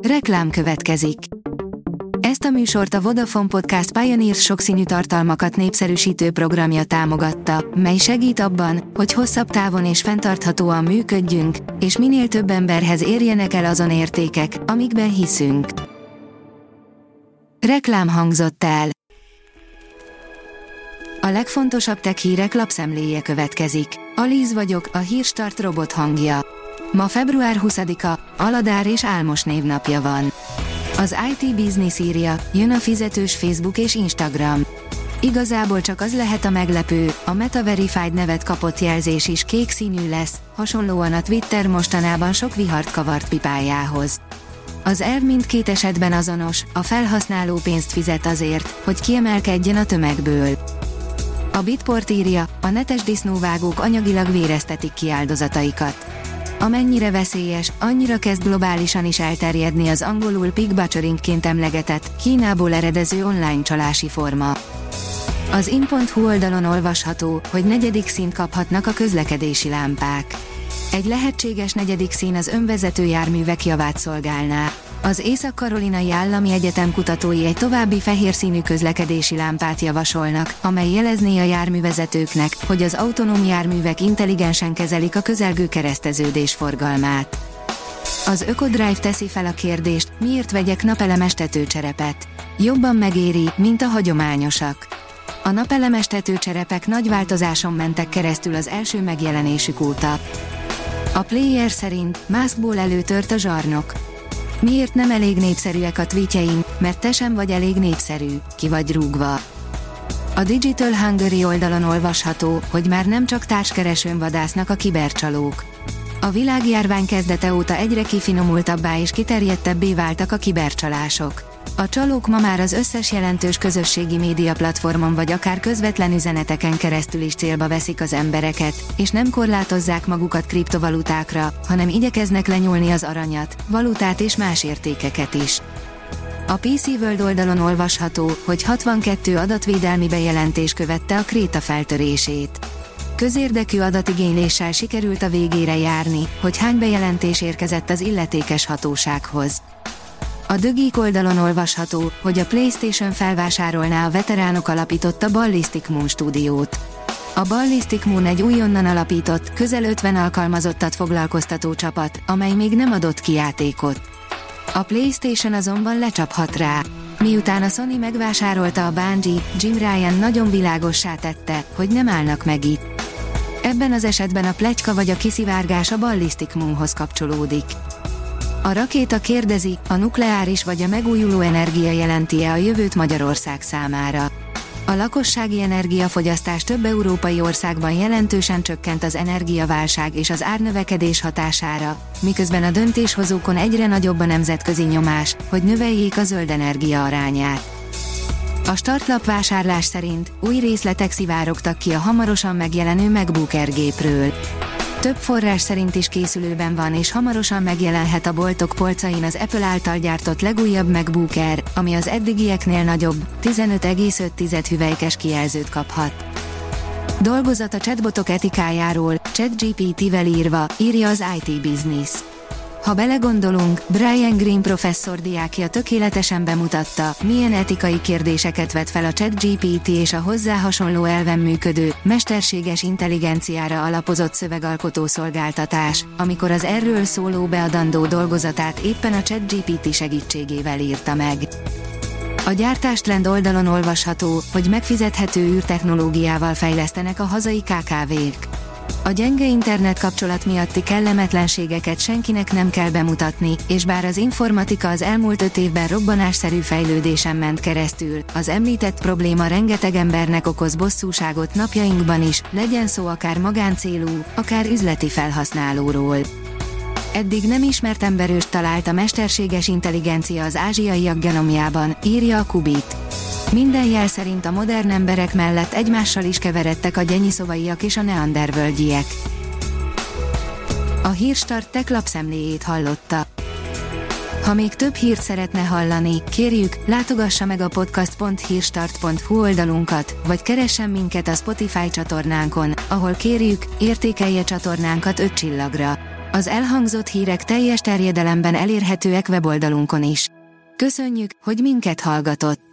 Reklám következik. Ezt a műsort a Vodafone Podcast Pioneers sokszínű tartalmakat népszerűsítő programja támogatta, mely segít abban, hogy hosszabb távon és fenntarthatóan működjünk, és minél több emberhez érjenek el azon értékek, amikben hiszünk. Reklám hangzott el. A legfontosabb tech hírek lapszemléje következik. Alíz vagyok, a Hírstart robot hangja. Ma február 20-a, Aladár és Álmos névnapja van. Az IT Business írja, jön a fizetős Facebook és Instagram. Igazából csak az lehet a meglepő, a Meta Verified nevet kapott jelzés is kék színű lesz, hasonlóan a Twitter mostanában sok vihart kavart pipájához. Az elv mindkét esetben azonos, a felhasználó pénzt fizet azért, hogy kiemelkedjen a tömegből. A Bitport írja, a netes disznóvágók anyagilag véreztetik ki áldozataikat. Amennyire veszélyes, annyira kezd globálisan is elterjedni az angolul pig butcheringként emlegetett, Kínából eredező online csalási forma. Az in.hu oldalon olvasható, hogy negyedik színt kaphatnak a közlekedési lámpák. Egy lehetséges negyedik szín az önvezető járművek javát szolgálná. Az Észak-Karolinai Állami Egyetem kutatói egy további fehér színű közlekedési lámpát javasolnak, amely jelezné a járművezetőknek, hogy az autonóm járművek intelligensen kezelik a közelgő kereszteződés forgalmát. Az Ökodrive teszi fel a kérdést, miért vegyek napelemes tetőcserepet. Jobban megéri, mint a hagyományosak. A napelemes tetőcserepek nagy változáson mentek keresztül az első megjelenésük óta. A Player szerint Muskból előtört a zsarnok. Miért nem elég népszerűek a tweetjeim, mert te sem vagy elég népszerű, ki vagy rúgva. A Digital Hungary oldalon olvasható, hogy már nem csak társkeresőn vadásznak a kibercsalók. A világjárvány kezdete óta egyre kifinomultabbá és kiterjedtebbé váltak a kibercsalások. A csalók ma már az összes jelentős közösségi média platformon vagy akár közvetlen üzeneteken keresztül is célba veszik az embereket, és nem korlátozzák magukat kriptovalutákra, hanem igyekeznek lenyúlni az aranyat, valutát és más értékeket is. A PC World oldalon olvasható, hogy 62 adatvédelmi bejelentés követte a kréta feltörését. Közérdekű adatigényléssel sikerült a végére járni, hogy hány bejelentés érkezett az illetékes hatósághoz. A The Geek oldalon olvasható, hogy a PlayStation felvásárolná a veteránok alapította Ballistic Moon stúdiót. A Ballistic Moon egy újonnan alapított, közel 50 alkalmazottat foglalkoztató csapat, amely még nem adott ki játékot. A PlayStation azonban lecsaphat rá. Miután a Sony megvásárolta a Bungie, Jim Ryan nagyon világossá tette, hogy nem állnak meg itt. Ebben az esetben a pletyka vagy a kiszivárgás a Ballistic Moonhoz kapcsolódik. A rakéta kérdezi, a nukleáris vagy a megújuló energia jelenti-e a jövőt Magyarország számára. A lakossági energiafogyasztás több európai országban jelentősen csökkent az energiaválság és az árnövekedés hatására, miközben a döntéshozókon egyre nagyobb a nemzetközi nyomás, hogy növeljék a zöld energia arányát. A startlap vásárlás szerint új részletek szivárogtak ki a hamarosan megjelenő MacBook Air gépről. Több forrás szerint is készülőben van és hamarosan megjelenhet a boltok polcain az Apple által gyártott legújabb MacBook Air, ami az eddigieknél nagyobb, 15,5 hüvelykes kijelzőt kaphat. Dolgozat a chatbotok etikájáról, ChatGPT-vel írja az IT Business. Ha belegondolunk, Brian Greene professzor diákja tökéletesen bemutatta, milyen etikai kérdéseket vet fel a ChatGPT és a hozzá hasonló elven működő, mesterséges intelligenciára alapozott szövegalkotó szolgáltatás, amikor az erről szóló beadandó dolgozatát éppen a ChatGPT segítségével írta meg. A gyártástrend oldalon olvasható, hogy megfizethető űrtechnológiával fejlesztenek a hazai KKV-k. A gyenge internet kapcsolat miatti kellemetlenségeket senkinek nem kell bemutatni, és bár az informatika az elmúlt 5 évben robbanásszerű fejlődésen ment keresztül, az említett probléma rengeteg embernek okoz bosszúságot napjainkban is, legyen szó akár magáncélú, akár üzleti felhasználóról. Eddig nem ismert emberőst talált a mesterséges intelligencia az ázsiaiak genomjában, írja a Kubit. Minden jel szerint a modern emberek mellett egymással is keveredtek a gyenyiszovaiak és a neandervölgyiek. A Hírstart tech lapszemléjét hallotta. Ha még több hírt szeretne hallani, kérjük, látogassa meg a podcast.hírstart.hu oldalunkat, vagy keressen minket a Spotify csatornánkon, ahol kérjük, értékelje csatornánkat 5 csillagra. Az elhangzott hírek teljes terjedelemben elérhetőek weboldalunkon is. Köszönjük, hogy minket hallgatott!